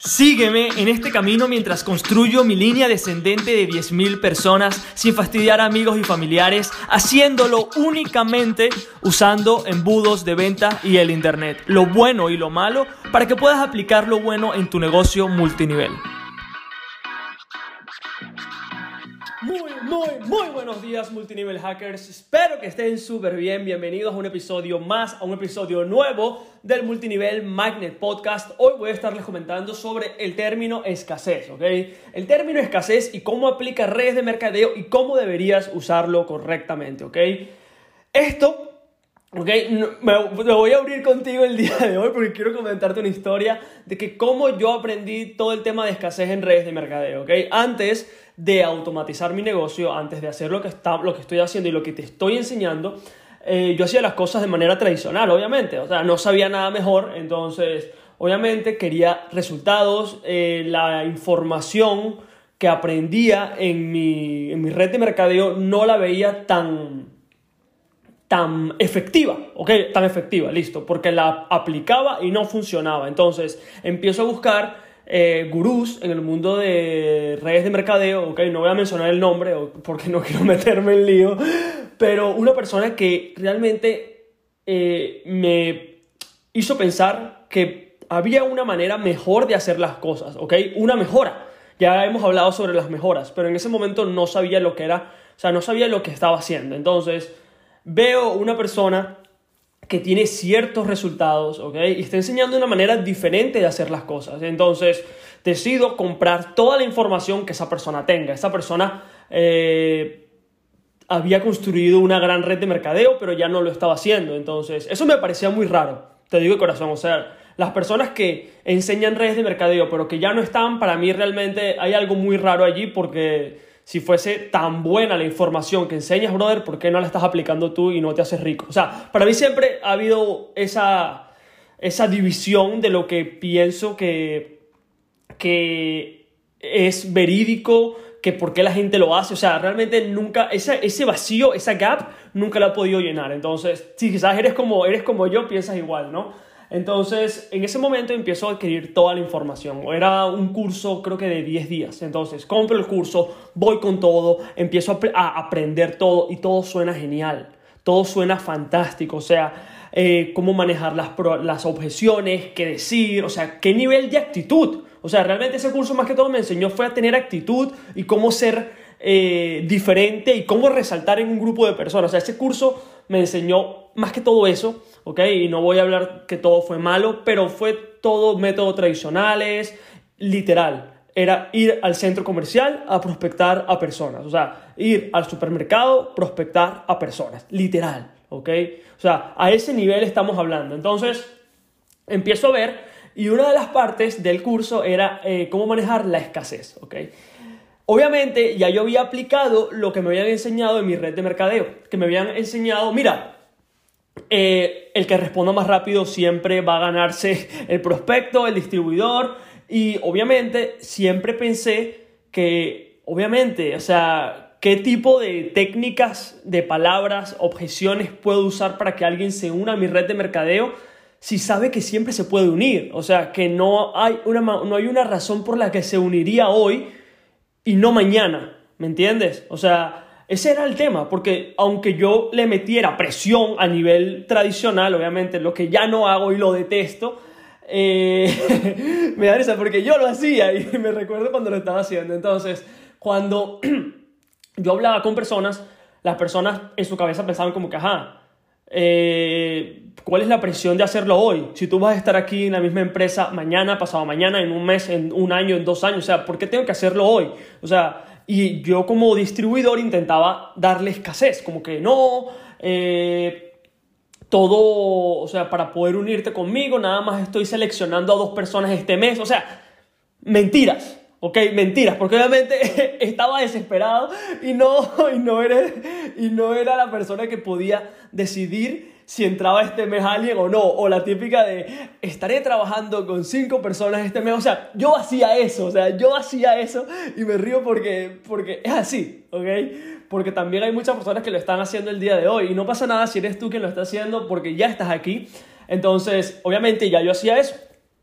Sígueme en este camino mientras construyo mi línea descendente de 10.000 personas sin fastidiar a amigos y familiares, haciéndolo únicamente usando embudos de venta y el internet, lo bueno y lo malo, para que puedas aplicar lo bueno en tu negocio multinivel. Muy buenos días, multinivel hackers. Espero que estén súper bien. Bienvenidos a un episodio más, a un episodio nuevo del Multinivel Magnet Podcast. Hoy voy a estarles comentando sobre el término escasez, ¿ok? El término escasez y cómo aplica redes de mercadeo y cómo deberías usarlo correctamente, ¿ok? Esto... Ok, me voy a abrir contigo el día de hoy porque quiero comentarte una historia de que cómo yo aprendí todo el tema de escasez en redes de mercadeo, ¿ok? Antes de automatizar mi negocio, antes de hacer lo que estoy haciendo y lo que te estoy enseñando, yo hacía las cosas de manera tradicional, obviamente. O sea, no sabía nada mejor, entonces, obviamente, quería resultados, la información que aprendía en mi red de mercadeo no la veía tan efectiva, ¿ok? Tan efectiva, listo, porque la aplicaba y no funcionaba. Entonces, empiezo a buscar gurús en el mundo de redes de mercadeo, ¿ok? No voy a mencionar el nombre porque no quiero meterme en lío, pero una persona que realmente me hizo pensar que había una manera mejor de hacer las cosas, ¿ok? Una mejora. Ya hemos hablado sobre las mejoras, pero en ese momento no sabía lo que era, o sea, no sabía lo que estaba haciendo. Entonces, veo una persona que tiene ciertos resultados, ¿ok? Y está enseñando una manera diferente de hacer las cosas. Entonces, decido comprar toda la información que esa persona tenga. Esa persona había construido una gran red de mercadeo, pero ya no lo estaba haciendo. Entonces, eso me parecía muy raro, te digo de corazón. O sea, las personas que enseñan redes de mercadeo, pero que ya no están, para mí realmente hay algo muy raro allí, porque si fuese tan buena la información que enseñas, brother, ¿por qué no la estás aplicando tú y no te haces rico? O sea, para mí siempre ha habido esa división de lo que pienso que es verídico, que por qué la gente lo hace. O sea, realmente nunca, ese vacío, esa gap, nunca la he podido llenar. Entonces, si quizás eres como yo, piensas igual, ¿no? Entonces, en ese momento empiezo a adquirir toda la información. Era un curso, creo que de 10 días. Entonces, compro el curso, voy con todo, empiezo a aprender todo y todo suena genial. Todo suena fantástico. O sea, cómo manejar las objeciones, qué decir, o sea, qué nivel de actitud. O sea, realmente ese curso más que todo me enseñó fue a tener actitud y cómo ser diferente y cómo resaltar en un grupo de personas. O sea, ese curso me enseñó más que todo eso, ¿ok? Y no voy a hablar que todo fue malo, pero fue todo métodos tradicionales, literal. Era ir al centro comercial a prospectar a personas. O sea, ir al supermercado, prospectar a personas. Literal, ¿ok? O sea, a ese nivel estamos hablando. Entonces, empiezo a ver, y una de las partes del curso era cómo manejar la escasez, ¿ok? Obviamente, ya yo había aplicado lo que me habían enseñado en mi red de mercadeo. Que me habían enseñado, mira, el que responda más rápido siempre va a ganarse el prospecto, el distribuidor. Y obviamente siempre pensé que, obviamente, o sea, ¿qué tipo de técnicas, de palabras, objeciones puedo usar para que alguien se una a mi red de mercadeo si sabe que siempre se puede unir? O sea, que no hay una razón por la que se uniría hoy y no mañana, ¿me entiendes? O sea, ese era el tema, porque aunque yo le metiera presión a nivel tradicional, obviamente, lo que ya no hago y lo detesto, me da risa porque yo lo hacía y me recuerdo cuando lo estaba haciendo. Entonces, cuando yo hablaba con personas, las personas en su cabeza pensaban como que, ¿cuál es la presión de hacerlo hoy? Si tú vas a estar aquí en la misma empresa mañana, pasado mañana, en un mes, en un año, en 2 años, o sea, ¿por qué tengo que hacerlo hoy? O sea, y yo como distribuidor intentaba darle escasez, como que no, todo, o sea, para poder unirte conmigo, nada más estoy seleccionando a 2 personas este mes. O sea, mentiras. Ok, mentiras, porque obviamente estaba desesperado y no era la persona que podía decidir si entraba este mes alguien o no. O la típica de, estaré trabajando con 5 personas este mes. O sea, yo hacía eso y me río porque es así, ¿ok? Porque también hay muchas personas que lo están haciendo el día de hoy y no pasa nada si eres tú quien lo está haciendo porque ya estás aquí. Entonces, obviamente ya yo hacía eso.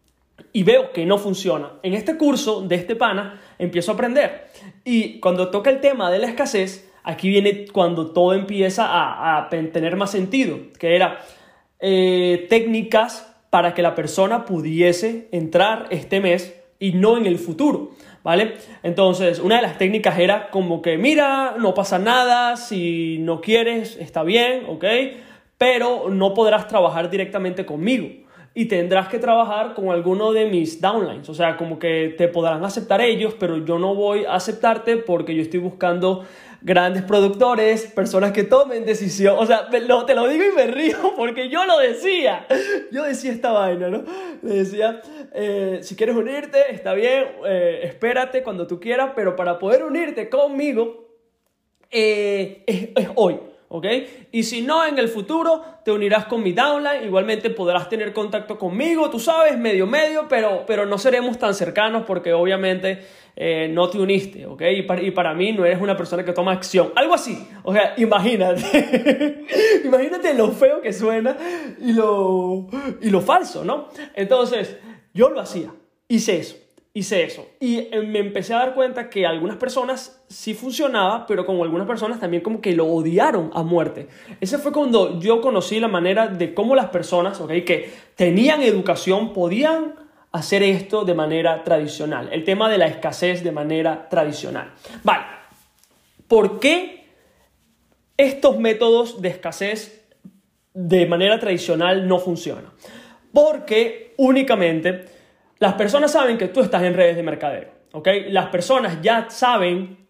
y veo que no funciona. En este curso de este pana empiezo a aprender. Y cuando toca el tema de la escasez, aquí viene cuando todo empieza a tener más sentido, que era técnicas para que la persona pudiese entrar este mes y no en el futuro, ¿vale? Entonces, una de las técnicas era como que, mira, no pasa nada, si no quieres, está bien, ¿ok? Pero no podrás trabajar directamente conmigo y tendrás que trabajar con alguno de mis downlines, o sea, como que te podrán aceptar ellos, pero yo no voy a aceptarte porque yo estoy buscando grandes productores, personas que tomen decisión. O sea, te lo digo y me río porque yo lo decía. Yo decía esta vaina, ¿no? Le decía, si quieres unirte, está bien, espérate cuando tú quieras, pero para poder unirte conmigo es hoy. ¿Ok? Y si no, en el futuro te unirás con mi downline, igualmente podrás tener contacto conmigo, tú sabes, medio, pero no seremos tan cercanos porque obviamente no te uniste, ¿ok? Y para mí no eres una persona que toma acción, algo así, o sea, imagínate, imagínate lo feo que suena y lo falso, ¿no? Entonces, yo lo hacía, hice eso. Y me empecé a dar cuenta que algunas personas sí funcionaba, pero con algunas personas también como que lo odiaron a muerte. Ese fue cuando yo conocí la manera de cómo las personas, ¿okay?, que tenían educación podían hacer esto de manera tradicional. El tema de la escasez de manera tradicional. Vale, ¿por qué estos métodos de escasez de manera tradicional no funcionan? Porque únicamente las personas saben que tú estás en redes de mercadeo, ¿ok? Las personas ya saben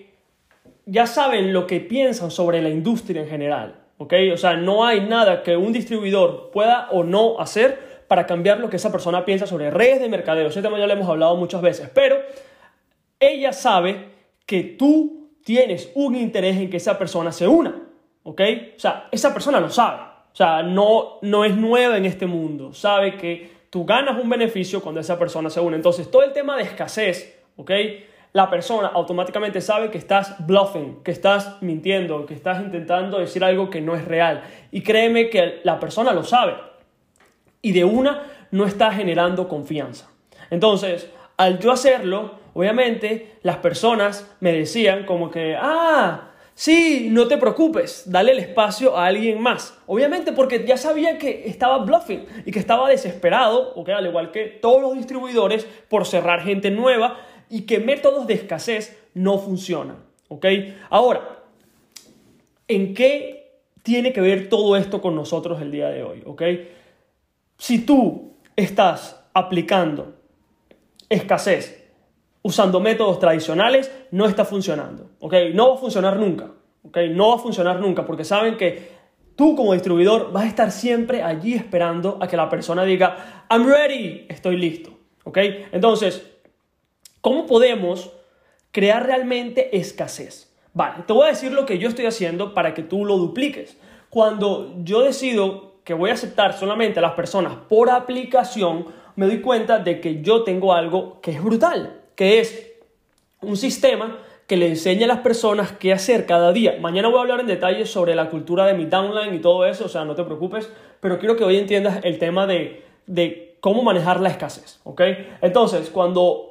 lo que piensan sobre la industria en general, ¿ok? O sea, no hay nada que un distribuidor pueda o no hacer para cambiar lo que esa persona piensa sobre redes de mercadeo. Ese tema ya lo hemos hablado muchas veces, pero ella sabe que tú tienes un interés en que esa persona se una, ¿ok? O sea, esa persona lo sabe. O sea, no es nueva en este mundo. Sabe que tú ganas un beneficio cuando esa persona se une. Entonces, todo el tema de escasez, ¿ok? La persona automáticamente sabe que estás bluffing, que estás mintiendo, que estás intentando decir algo que no es real. Y créeme que la persona lo sabe. Y de una no está generando confianza. Entonces, al yo hacerlo, obviamente, las personas me decían como que, sí, no te preocupes, dale el espacio a alguien más. Obviamente porque ya sabía que estaba bluffing y que estaba desesperado, ¿okay?, al igual que todos los distribuidores, por cerrar gente nueva y que métodos de escasez no funcionan. ¿Okay? Ahora, ¿en qué tiene que ver todo esto con nosotros el día de hoy? ¿Okay? Si tú estás aplicando escasez usando métodos tradicionales, no está funcionando, ¿ok? No va a funcionar nunca, ¿ok? No va a funcionar nunca porque saben que tú como distribuidor vas a estar siempre allí esperando a que la persona diga I'm ready, estoy listo, ¿ok? Entonces, ¿cómo podemos crear realmente escasez? Vale, te voy a decir lo que yo estoy haciendo para que tú lo dupliques. Cuando yo decido que voy a aceptar solamente a las personas por aplicación, me doy cuenta de que yo tengo algo que es brutal, que es un sistema que le enseña a las personas qué hacer cada día. Mañana voy a hablar en detalle sobre la cultura de mi downline y todo eso, o sea, no te preocupes, pero quiero que hoy entiendas el tema de cómo manejar la escasez, ¿ok? Entonces, cuando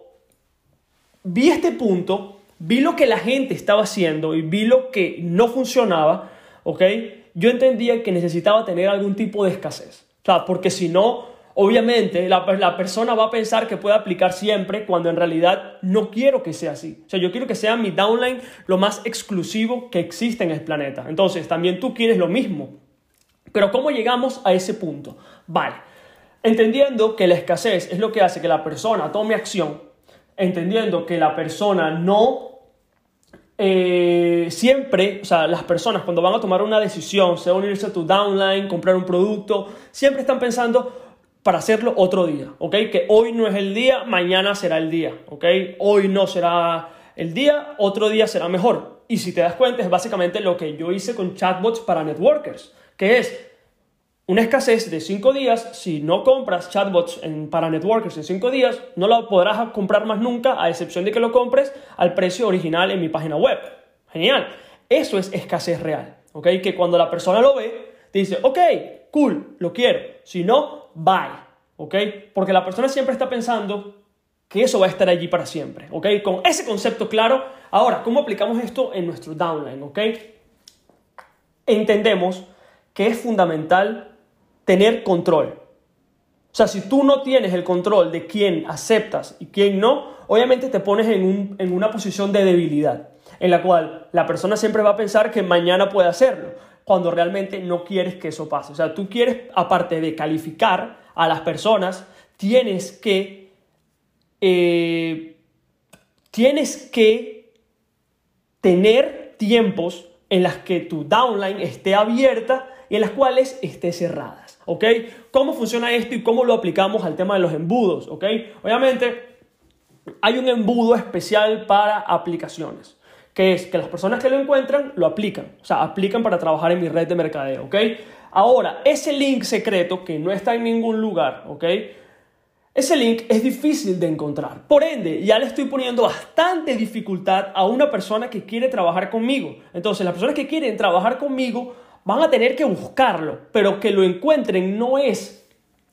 vi este punto, vi lo que la gente estaba haciendo y vi lo que no funcionaba, ¿ok? Yo entendía que necesitaba tener algún tipo de escasez, o sea, porque si no, obviamente la persona va a pensar que puede aplicar siempre cuando en realidad no quiero que sea así. O sea, yo quiero que sea mi downline lo más exclusivo que existe en el planeta. Entonces, también tú quieres lo mismo. Pero ¿cómo llegamos a ese punto? Vale, entendiendo que la escasez es lo que hace que la persona tome acción, entendiendo que la persona no siempre, o sea, las personas cuando van a tomar una decisión, sea unirse a tu downline, comprar un producto, siempre están pensando para hacerlo otro día, ¿ok? Que hoy no es el día, mañana será el día, ¿ok? Hoy no será el día, otro día será mejor. Y si te das cuenta, es básicamente lo que yo hice con chatbots para networkers, que es una escasez de 5 días. Si no compras chatbots para networkers en 5 días, no lo podrás comprar más nunca, a excepción de que lo compres al precio original en mi página web. Genial. Eso es escasez real, ¿ok? Que cuando la persona lo ve, te dice, ok, cool, lo quiero. Si no, bye. ¿ok? Porque la persona siempre está pensando que eso va a estar allí para siempre, ¿ok? Con ese concepto claro, ahora, ¿cómo aplicamos esto en nuestro downline, ¿ok? Entendemos que es fundamental tener control. O sea, si tú no tienes el control de quién aceptas y quién no, obviamente te pones en una posición de debilidad, en la cual la persona siempre va a pensar que mañana puede hacerlo, cuando realmente no quieres que eso pase. O sea, tú quieres, aparte de calificar a las personas, tienes que tener tiempos en las que tu downline esté abierta y en las cuales esté cerradas, ¿ok? ¿Cómo funciona esto y cómo lo aplicamos al tema de los embudos, ¿ok? Obviamente, hay un embudo especial para aplicaciones, que es que las personas que lo encuentran lo aplican, o sea, aplican para trabajar en mi red de mercadeo, ¿ok? Ahora, ese link secreto que no está en ningún lugar, ¿ok? Ese link es difícil de encontrar. Por ende, ya le estoy poniendo bastante dificultad a una persona que quiere trabajar conmigo. Entonces, las personas que quieren trabajar conmigo van a tener que buscarlo, pero que lo encuentren no es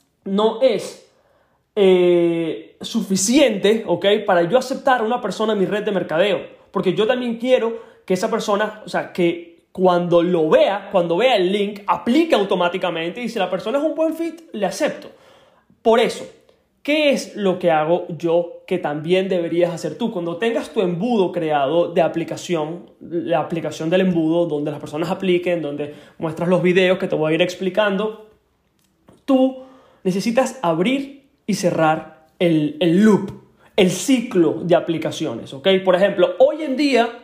suficiente, ¿ok? Para yo aceptar a una persona en mi red de mercadeo. Porque yo también quiero que esa persona, o sea, que cuando vea el link, aplique automáticamente y si la persona es un buen fit, le acepto. Por eso, ¿qué es lo que hago yo que también deberías hacer tú? Cuando tengas tu embudo creado de aplicación, la aplicación del embudo, donde las personas apliquen, donde muestras los videos que te voy a ir explicando, tú necesitas abrir y cerrar el loop, el ciclo de aplicaciones, ¿ok? Por ejemplo, hoy en día,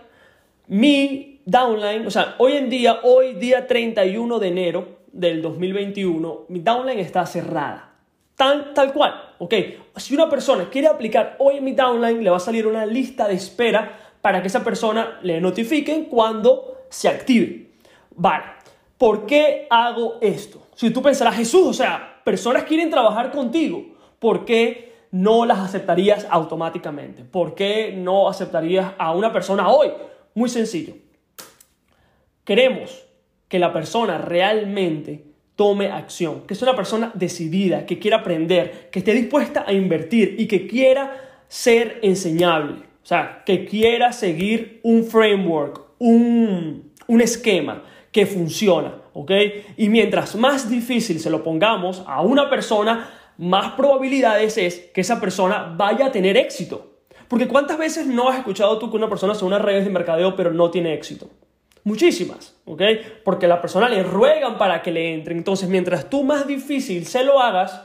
mi downline, o sea, hoy día 31 de enero del 2021, mi downline está cerrada. Tal cual, ¿ok? Si una persona quiere aplicar hoy en mi downline, le va a salir una lista de espera para que esa persona le notifiquen cuando se active. Vale, ¿por qué hago esto? Si tú pensarás, Jesús, o sea, personas quieren trabajar contigo, ¿por qué no las aceptarías automáticamente? ¿Por qué no aceptarías a una persona hoy? Muy sencillo. Queremos que la persona realmente tome acción, que es una persona decidida, que quiera aprender, que esté dispuesta a invertir y que quiera ser enseñable. O sea, que quiera seguir un framework, un esquema que funciona, ¿ok? Y mientras más difícil se lo pongamos a una persona, más probabilidades es que esa persona vaya a tener éxito. Porque ¿cuántas veces no has escuchado tú que una persona hace unas redes de mercadeo pero no tiene éxito? Muchísimas, ¿ok? Porque la persona le ruegan para que le entre. Entonces, mientras tú más difícil se lo hagas,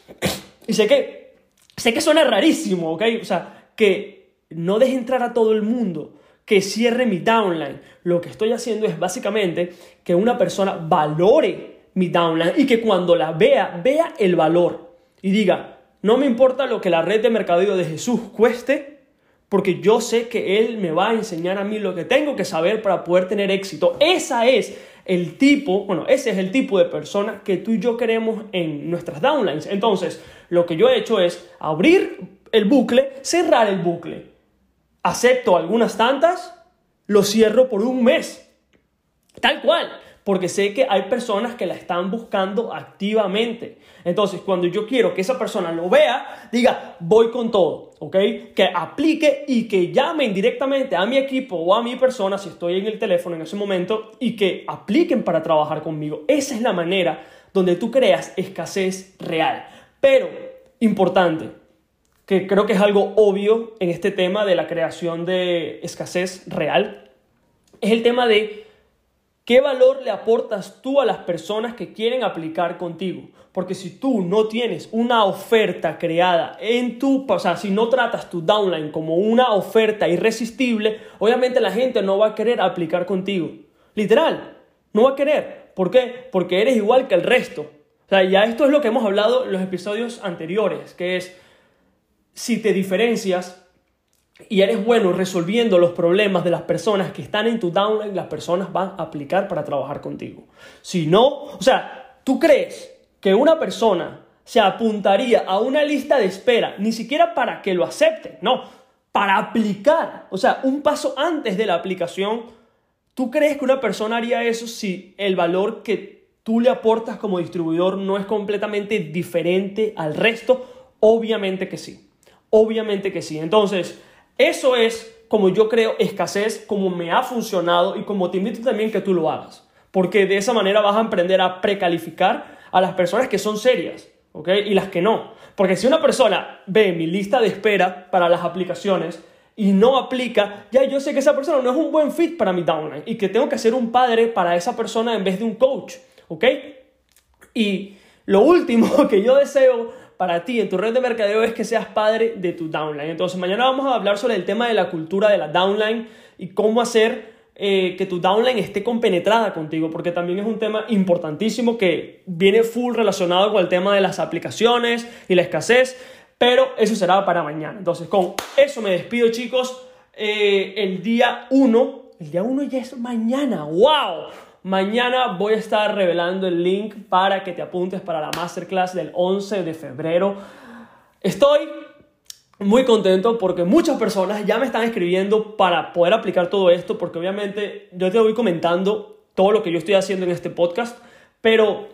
y sé que suena rarísimo, ¿ok? O sea, que no deje entrar a todo el mundo, que cierre mi downline. Lo que estoy haciendo es básicamente que una persona valore mi downline y que cuando la vea el valor y diga, no me importa lo que la red de mercadeo de Jesús cueste, porque yo sé que Él me va a enseñar a mí lo que tengo que saber para poder tener éxito. Ese es el tipo de persona que tú y yo queremos en nuestras downlines. Entonces, lo que yo he hecho es abrir el bucle, cerrar el bucle. Acepto algunas tantas, lo cierro por un mes. Tal cual. Porque sé que hay personas que la están buscando activamente. Entonces, cuando yo quiero que esa persona lo vea, diga, voy con todo, ¿ok? Que aplique y que llamen directamente a mi equipo o a mi persona, si estoy en el teléfono en ese momento, y que apliquen para trabajar conmigo. Esa es la manera donde tú creas escasez real. Pero, importante, que creo que es algo obvio en este tema de la creación de escasez real, es el tema de ¿qué valor le aportas tú a las personas que quieren aplicar contigo? Porque si tú no tienes una oferta creada o sea, si no tratas tu downline como una oferta irresistible, obviamente la gente no va a querer aplicar contigo. Literal, no va a querer. ¿Por qué? Porque eres igual que el resto. O sea, ya esto es lo que hemos hablado en los episodios anteriores, que es, si te diferencias y eres bueno resolviendo los problemas de las personas que están en tu downline, las personas van a aplicar para trabajar contigo. Si no, o sea, ¿tú crees que una persona se apuntaría a una lista de espera ni siquiera para que lo acepten? No, para aplicar. O sea, un paso antes de la aplicación. ¿Tú crees que una persona haría eso si el valor que tú le aportas como distribuidor no es completamente diferente al resto? Obviamente que sí. Obviamente que sí. Entonces, eso es como yo creo escasez, como me ha funcionado y como te invito también que tú lo hagas. Porque de esa manera vas a aprender a precalificar a las personas que son serias, ¿ok? Y las que no. Porque si una persona ve mi lista de espera para las aplicaciones y no aplica, ya yo sé que esa persona no es un buen fit para mi downline y que tengo que ser un padre para esa persona en vez de un coach, ¿ok? Y lo último que yo deseo para ti en tu red de mercadeo es que seas padre de tu downline. Entonces mañana vamos a hablar sobre el tema de la cultura de la downline y cómo hacer que tu downline esté compenetrada contigo, porque también es un tema importantísimo que viene full relacionado con el tema de las aplicaciones y la escasez, pero eso será para mañana. Entonces con eso me despido, chicos. El día 1 ya es mañana. ¡Wow! Mañana voy a estar revelando el link para que te apuntes para la masterclass del 11 de febrero. Estoy muy contento porque muchas personas ya me están escribiendo para poder aplicar todo esto, porque obviamente yo te voy comentando todo lo que yo estoy haciendo en este podcast, pero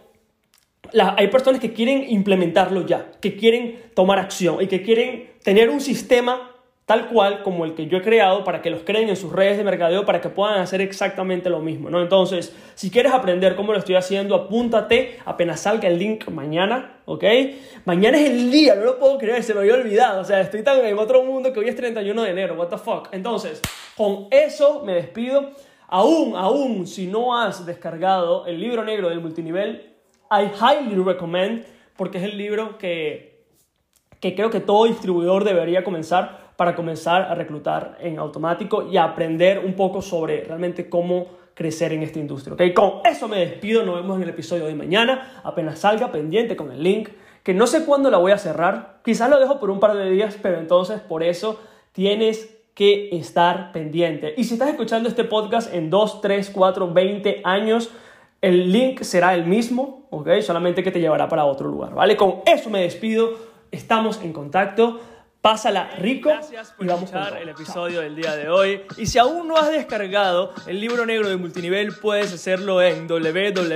hay personas que quieren implementarlo ya, que quieren tomar acción y que quieren tener un sistema tal cual como el que yo he creado para que los creen en sus redes de mercadeo para que puedan hacer exactamente lo mismo, ¿no? Entonces, si quieres aprender cómo lo estoy haciendo, apúntate apenas salga el link mañana, ¿ok? Mañana es el día, no lo puedo creer, se me había olvidado. O sea, estoy tan en otro mundo que hoy es 31 de enero, what the fuck. Entonces, con eso me despido. Aún, si no has descargado el libro negro del multinivel, I highly recommend, porque es el libro que creo que todo distribuidor debería comenzar para comenzar a reclutar en automático y a aprender un poco sobre realmente cómo crecer en esta industria. ¿Okay? Con eso me despido, nos vemos en el episodio de mañana, apenas salga pendiente con el link, que no sé cuándo la voy a cerrar, quizás lo dejo por un par de días, pero entonces por eso tienes que estar pendiente. Y si estás escuchando este podcast en 2, 3, 4, 20 años, el link será el mismo, ¿ok? Solamente que te llevará para otro lugar, ¿vale? Con eso me despido, estamos en contacto. Pásala rico. Gracias por escuchar el episodio del día de hoy. Y si aún no has descargado el libro negro de multinivel, puedes hacerlo en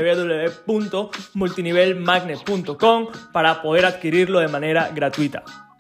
www.multinivelmagnet.com para poder adquirirlo de manera gratuita.